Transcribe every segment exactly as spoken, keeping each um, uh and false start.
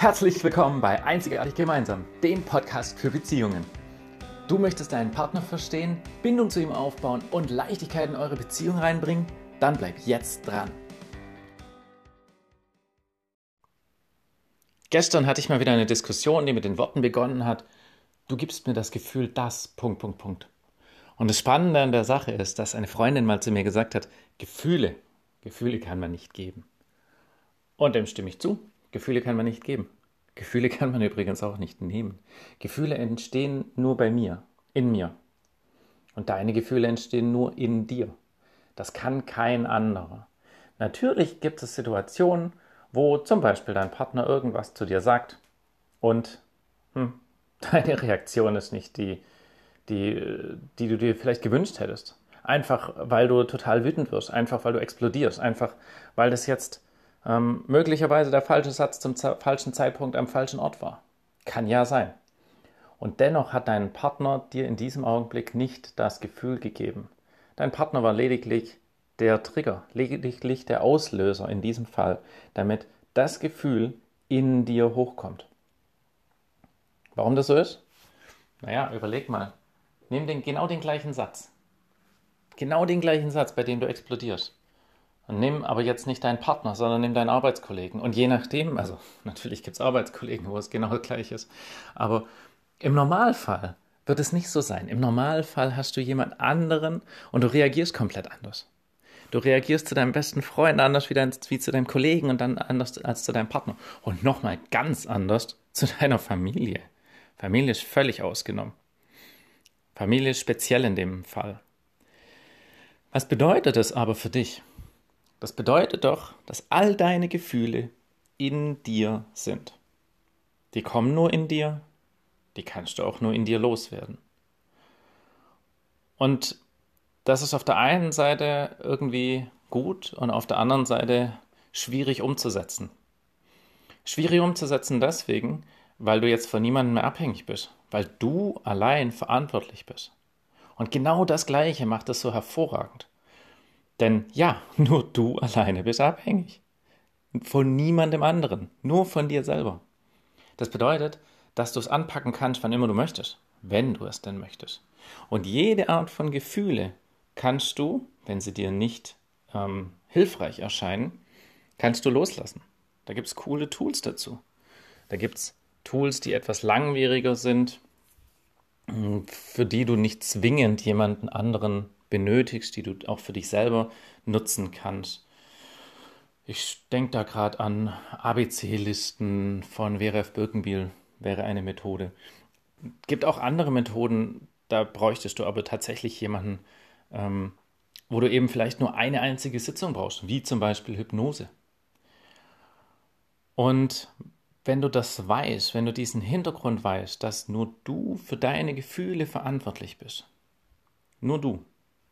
Herzlich willkommen bei Einzigartig Gemeinsam, dem Podcast für Beziehungen. Du möchtest deinen Partner verstehen, Bindung zu ihm aufbauen und Leichtigkeit in eure Beziehung reinbringen? Dann bleib jetzt dran. Gestern hatte ich mal wieder eine Diskussion, die mit den Worten begonnen hat: Du gibst mir das Gefühl, dass... Punkt, Punkt, Punkt. Und das Spannende an der Sache ist, dass eine Freundin mal zu mir gesagt hat, Gefühle, Gefühle kann man nicht geben. Und dem stimme ich zu. Gefühle kann man nicht geben. Gefühle kann man übrigens auch nicht nehmen. Gefühle entstehen nur bei mir, in mir. Und deine Gefühle entstehen nur in dir. Das kann kein anderer. Natürlich gibt es Situationen, wo zum Beispiel dein Partner irgendwas zu dir sagt und hm, deine Reaktion ist nicht die, die, die du dir vielleicht gewünscht hättest. Einfach, weil du total wütend wirst, einfach, weil du explodierst, einfach, weil das jetzt ähm, möglicherweise der falsche Satz zum z- falschen Zeitpunkt am falschen Ort war. Kann ja sein. Und dennoch hat dein Partner dir in diesem Augenblick nicht das Gefühl gegeben. Dein Partner war lediglich der Trigger, lediglich der Auslöser in diesem Fall, damit das Gefühl in dir hochkommt. Warum das so ist? Naja, überleg mal. Nimm den, genau den gleichen Satz. Genau den gleichen Satz, bei dem du explodierst. Und nimm aber jetzt nicht deinen Partner, sondern nimm deinen Arbeitskollegen. Und je nachdem, also natürlich gibt es Arbeitskollegen, wo es genau das Gleiche ist, aber im Normalfall wird es nicht so sein. Im Normalfall hast du jemand anderen und du reagierst komplett anders. Du reagierst zu deinem besten Freund anders wie, dein, wie zu deinem Kollegen und dann anders als zu deinem Partner. Und nochmal ganz anders zu deiner Familie. Familie ist völlig ausgenommen. Familie ist speziell in dem Fall. Was bedeutet das aber für dich? Das bedeutet doch, dass all deine Gefühle in dir sind. Die kommen nur in dir, die kannst du auch nur in dir loswerden. Und das ist auf der einen Seite irgendwie gut und auf der anderen Seite schwierig umzusetzen. Schwierig umzusetzen deswegen, weil du jetzt von niemandem mehr abhängig bist, weil du allein verantwortlich bist. Und genau das Gleiche macht es so hervorragend. Denn ja, nur du alleine bist abhängig. Von niemandem anderen, nur von dir selber. Das bedeutet, dass du es anpacken kannst, wann immer du möchtest, wenn du es denn möchtest. Und jede Art von Gefühle kannst du, wenn sie dir nicht ähm, hilfreich erscheinen, kannst du loslassen. Da gibt es coole Tools dazu. Da gibt es Tools, die etwas langwieriger sind, für die du nicht zwingend jemanden anderen benötigst, die du auch für dich selber nutzen kannst. Ich denke da gerade an A B C-Listen von W R F Birkenbiel, wäre eine Methode. Es gibt auch andere Methoden, da bräuchtest du aber tatsächlich jemanden, ähm, wo du eben vielleicht nur eine einzige Sitzung brauchst, wie zum Beispiel Hypnose. Und wenn du das weißt, wenn du diesen Hintergrund weißt, dass nur du für deine Gefühle verantwortlich bist, nur du,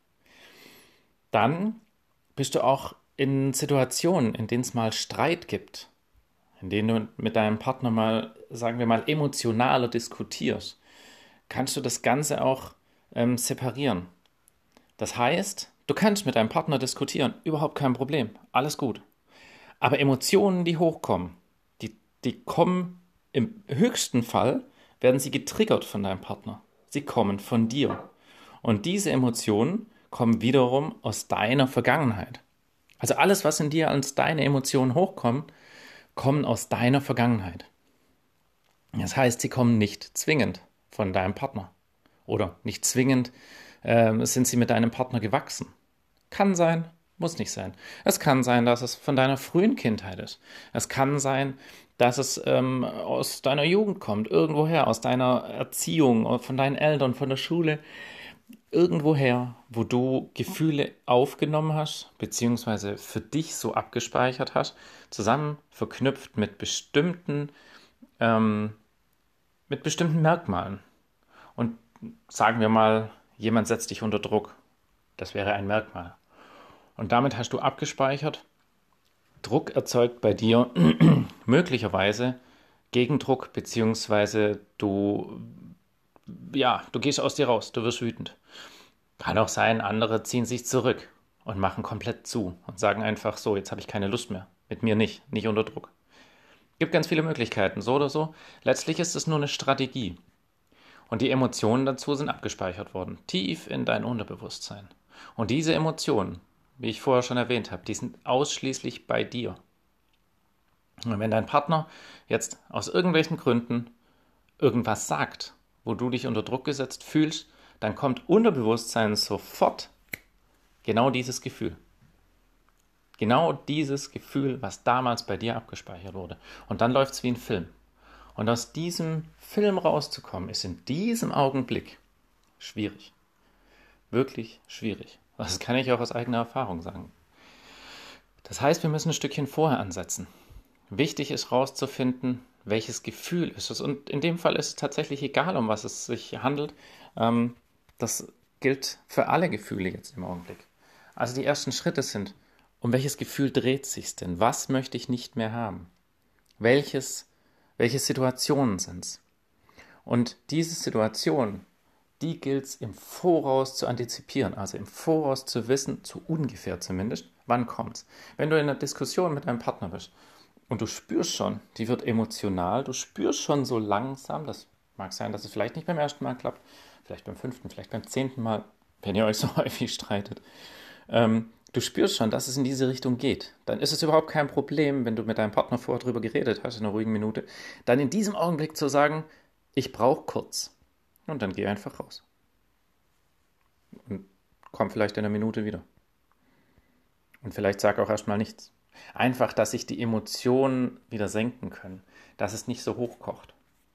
dann bist du auch in Situationen, in denen es mal Streit gibt, in denen du mit deinem Partner mal, sagen wir mal, emotionaler diskutierst, kannst du das Ganze auch ähm, separieren. Das heißt, du kannst mit deinem Partner diskutieren, überhaupt kein Problem, alles gut. Aber Emotionen, die hochkommen, die, die kommen im höchsten Fall, werden sie getriggert von deinem Partner. Sie kommen von dir. Und diese Emotionen kommen wiederum aus deiner Vergangenheit. Also alles, was in dir als deine Emotionen hochkommt, kommen aus deiner Vergangenheit. Das heißt, sie kommen nicht zwingend von deinem Partner. Oder nicht zwingend äh, sind sie mit deinem Partner gewachsen. Kann sein, muss nicht sein. Es kann sein, dass es von deiner frühen Kindheit ist. Es kann sein, dass es ähm, aus deiner Jugend kommt, irgendwoher, aus deiner Erziehung, von deinen Eltern, von der Schule. Irgendwoher, wo du Gefühle aufgenommen hast, beziehungsweise für dich so abgespeichert hast, zusammen verknüpft mit bestimmten, ähm, mit bestimmten Merkmalen. Und sagen wir mal, jemand setzt dich unter Druck. Das wäre ein Merkmal. Und damit hast du abgespeichert, Druck erzeugt bei dir möglicherweise Gegendruck, beziehungsweise du, ja, du gehst aus dir raus, du wirst wütend. Kann auch sein, andere ziehen sich zurück und machen komplett zu und sagen einfach so, jetzt habe ich keine Lust mehr. Mit mir nicht, nicht unter Druck. Gibt ganz viele Möglichkeiten, so oder so. Letztlich ist es nur eine Strategie. Und die Emotionen dazu sind abgespeichert worden, tief in dein Unterbewusstsein. Und diese Emotionen, wie ich vorher schon erwähnt habe, die sind ausschließlich bei dir. Und wenn dein Partner jetzt aus irgendwelchen Gründen irgendwas sagt, wo du dich unter Druck gesetzt fühlst, dann kommt Unterbewusstsein sofort genau dieses Gefühl. Genau dieses Gefühl, was damals bei dir abgespeichert wurde. Und dann läuft es wie ein Film. Und aus diesem Film rauszukommen, ist in diesem Augenblick schwierig. Wirklich schwierig. Das kann ich auch aus eigener Erfahrung sagen. Das heißt, wir müssen ein Stückchen vorher ansetzen. Wichtig ist herauszufinden, welches Gefühl ist es. Und in dem Fall ist es tatsächlich egal, um was es sich handelt. Ähm, das gilt für alle Gefühle jetzt im Augenblick. Also die ersten Schritte sind, um welches Gefühl dreht sich denn? Was möchte ich nicht mehr haben? Welches, welche Situationen sind es? Und diese Situation, die gilt es im Voraus zu antizipieren, also im Voraus zu wissen, zu ungefähr zumindest, wann kommt es. Wenn du in einer Diskussion mit deinem Partner bist und du spürst schon, die wird emotional, du spürst schon so langsam, das mag sein, dass es vielleicht nicht beim ersten Mal klappt, vielleicht beim fünften, vielleicht beim zehnten Mal, wenn ihr euch so häufig streitet, ähm, du spürst schon, dass es in diese Richtung geht. Dann ist es überhaupt kein Problem, wenn du mit deinem Partner vorher drüber geredet hast, in einer ruhigen Minute, dann in diesem Augenblick zu sagen, ich brauche kurz. Und dann geh einfach raus. Und komm vielleicht in einer Minute wieder. Und vielleicht sag auch erstmal nichts. Einfach, dass sich die Emotionen wieder senken können, dass es nicht so hochkocht.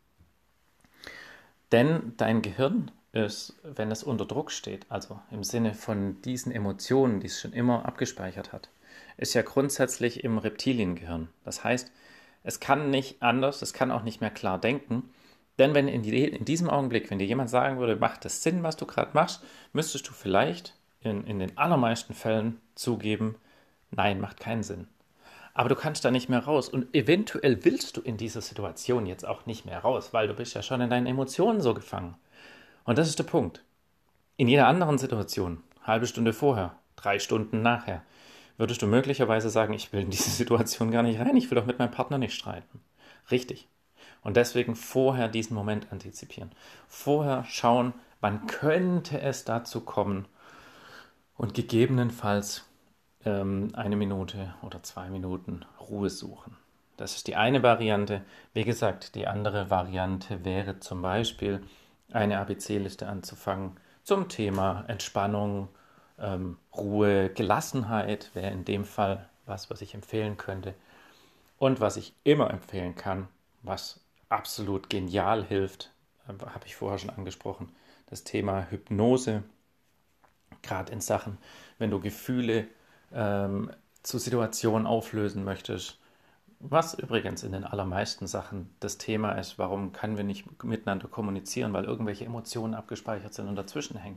Denn dein Gehirn ist, wenn es unter Druck steht, also im Sinne von diesen Emotionen, die es schon immer abgespeichert hat, ist ja grundsätzlich im Reptiliengehirn. Das heißt, es kann nicht anders, es kann auch nicht mehr klar denken. Denn wenn in, die, in diesem Augenblick, wenn dir jemand sagen würde, macht das Sinn, was du gerade machst, müsstest du vielleicht in, in den allermeisten Fällen zugeben, nein, macht keinen Sinn. Aber du kannst da nicht mehr raus. Und eventuell willst du in dieser Situation jetzt auch nicht mehr raus, weil du bist ja schon in deinen Emotionen so gefangen. Und das ist der Punkt. In jeder anderen Situation, halbe Stunde vorher, drei Stunden nachher, würdest du möglicherweise sagen, ich will in diese Situation gar nicht rein, ich will doch mit meinem Partner nicht streiten. Richtig. Und deswegen vorher diesen Moment antizipieren. Vorher schauen, wann könnte es dazu kommen und gegebenenfalls ähm, eine Minute oder zwei Minuten Ruhe suchen. Das ist die eine Variante. Wie gesagt, die andere Variante wäre zum Beispiel eine A B C-Liste anzufangen zum Thema Entspannung, ähm, Ruhe, Gelassenheit wäre in dem Fall was, was ich empfehlen könnte. Und was ich immer empfehlen kann, was absolut genial hilft, äh, habe ich vorher schon angesprochen, das Thema Hypnose, gerade in Sachen, wenn du Gefühle ähm, zu Situationen auflösen möchtest, was übrigens in den allermeisten Sachen das Thema ist, warum können wir nicht miteinander kommunizieren, weil irgendwelche Emotionen abgespeichert sind und dazwischen hängen.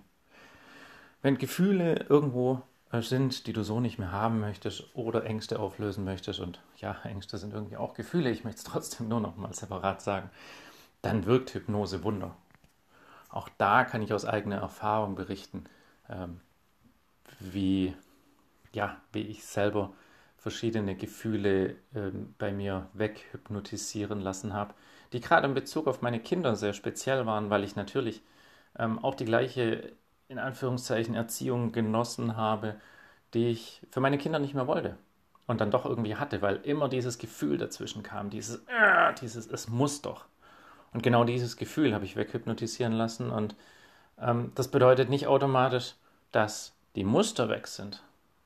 Wenn Gefühle irgendwo sind, die du so nicht mehr haben möchtest oder Ängste auflösen möchtest, und ja, Ängste sind irgendwie auch Gefühle, ich möchte es trotzdem nur noch mal separat sagen, dann wirkt Hypnose Wunder. Auch da kann ich aus eigener Erfahrung berichten, ähm, wie, ja, wie ich selber verschiedene Gefühle ähm, bei mir weghypnotisieren lassen habe, die gerade in Bezug auf meine Kinder sehr speziell waren, weil ich natürlich ähm, auch die gleiche, in Anführungszeichen, Erziehung genossen habe, die ich für meine Kinder nicht mehr wollte und dann doch irgendwie hatte, weil immer dieses Gefühl dazwischen kam, dieses, äh, dieses, es muss doch. Und genau dieses Gefühl habe ich weghypnotisieren lassen und ähm, das bedeutet nicht automatisch, dass die Muster weg sind.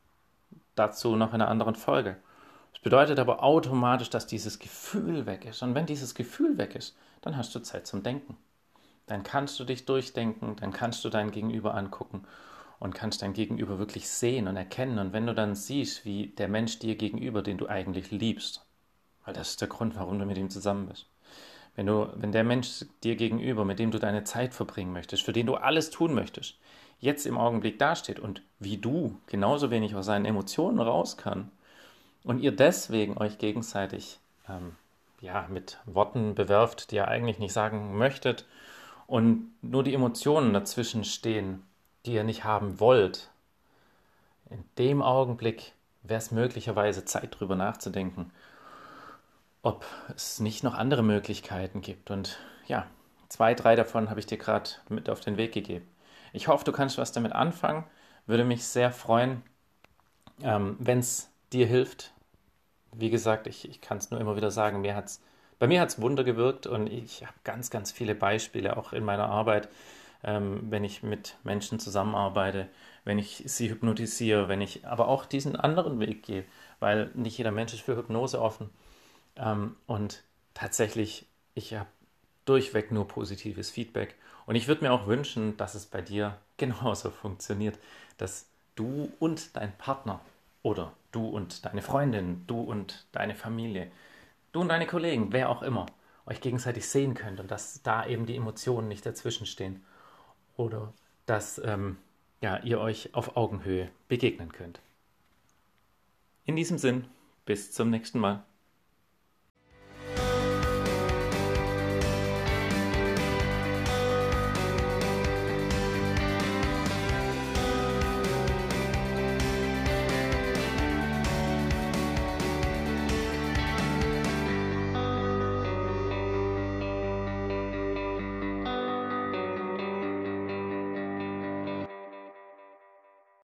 Dazu noch in einer anderen Folge. Das bedeutet aber automatisch, dass dieses Gefühl weg ist. Und wenn dieses Gefühl weg ist, dann hast du Zeit zum Denken. Dann kannst du dich durchdenken, dann kannst du dein Gegenüber angucken und kannst dein Gegenüber wirklich sehen und erkennen. Und wenn du dann siehst, wie der Mensch dir gegenüber, den du eigentlich liebst, weil das ist der Grund, warum du mit ihm zusammen bist, wenn, du, wenn der Mensch dir gegenüber, mit dem du deine Zeit verbringen möchtest, für den du alles tun möchtest, jetzt im Augenblick dasteht und wie du genauso wenig aus seinen Emotionen raus kann und ihr deswegen euch gegenseitig ähm, ja, mit Worten bewerft, die ihr eigentlich nicht sagen möchtet und nur die Emotionen dazwischen stehen, die ihr nicht haben wollt, in dem Augenblick wäre es möglicherweise Zeit, drüber nachzudenken, ob es nicht noch andere Möglichkeiten gibt. Und ja, zwei, drei davon habe ich dir gerade mit auf den Weg gegeben. Ich hoffe, du kannst was damit anfangen. Würde mich sehr freuen, ähm, wenn es dir hilft. Wie gesagt, ich, ich kann es nur immer wieder sagen, mir hat's, bei mir hat es Wunder gewirkt und ich habe ganz, ganz viele Beispiele auch in meiner Arbeit, ähm, wenn ich mit Menschen zusammenarbeite, wenn ich sie hypnotisiere, wenn ich aber auch diesen anderen Weg gehe, weil nicht jeder Mensch ist für Hypnose offen. Ähm, und tatsächlich, ich habe durchweg nur positives Feedback. Und ich würde mir auch wünschen, dass es bei dir genauso funktioniert, dass du und dein Partner oder du und deine Freundin, du und deine Familie, du und deine Kollegen, wer auch immer, euch gegenseitig sehen könnt und dass da eben die Emotionen nicht dazwischen stehen oder dass ähm, ja, ihr euch auf Augenhöhe begegnen könnt. In diesem Sinn, bis zum nächsten Mal.